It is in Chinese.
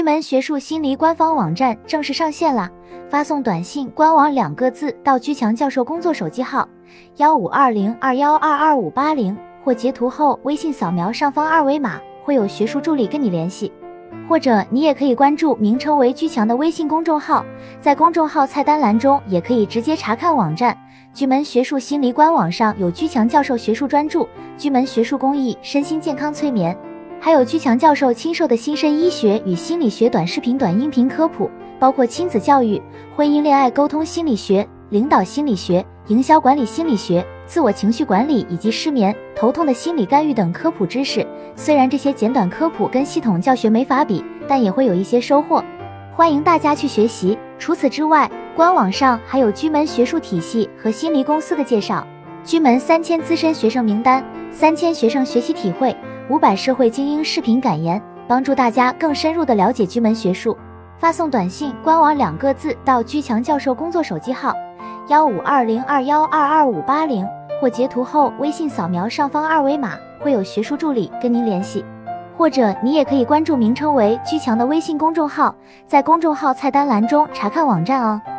居门学术心理官方网站正式上线啦！发送短信“官网”2个字到居强教授工作手机号152021222580，或截图后微信扫描上方二维码，会有学术助理跟你联系。或者你也可以关注名称为居强的微信公众号，在公众号菜单栏中也可以直接查看网站。居门学术心理官网上有居强教授学术专著、居门学术公益、身心健康催眠，还有居强教授亲授的心身医学与心理学短视频、短音频科普，包括亲子教育、婚姻恋爱沟通心理学、领导心理学、营销管理心理学、自我情绪管理以及失眠、头痛的心理干预等科普知识。虽然这些简短科普跟系统教学没法比，但也会有一些收获，欢迎大家去学习。除此之外，官网上还有居门学术体系和心理公司的介绍，居门3000资深学生名单、3000学生学习体会、500社会精英视频感言，帮助大家更深入地了解居门学术。发送短信“官网”2个字到居强教授工作手机号152021222580，或截图后微信扫描上方二维码，会有学术助理跟您联系。或者你也可以关注名称为居强的微信公众号，在公众号菜单栏中查看网站哦。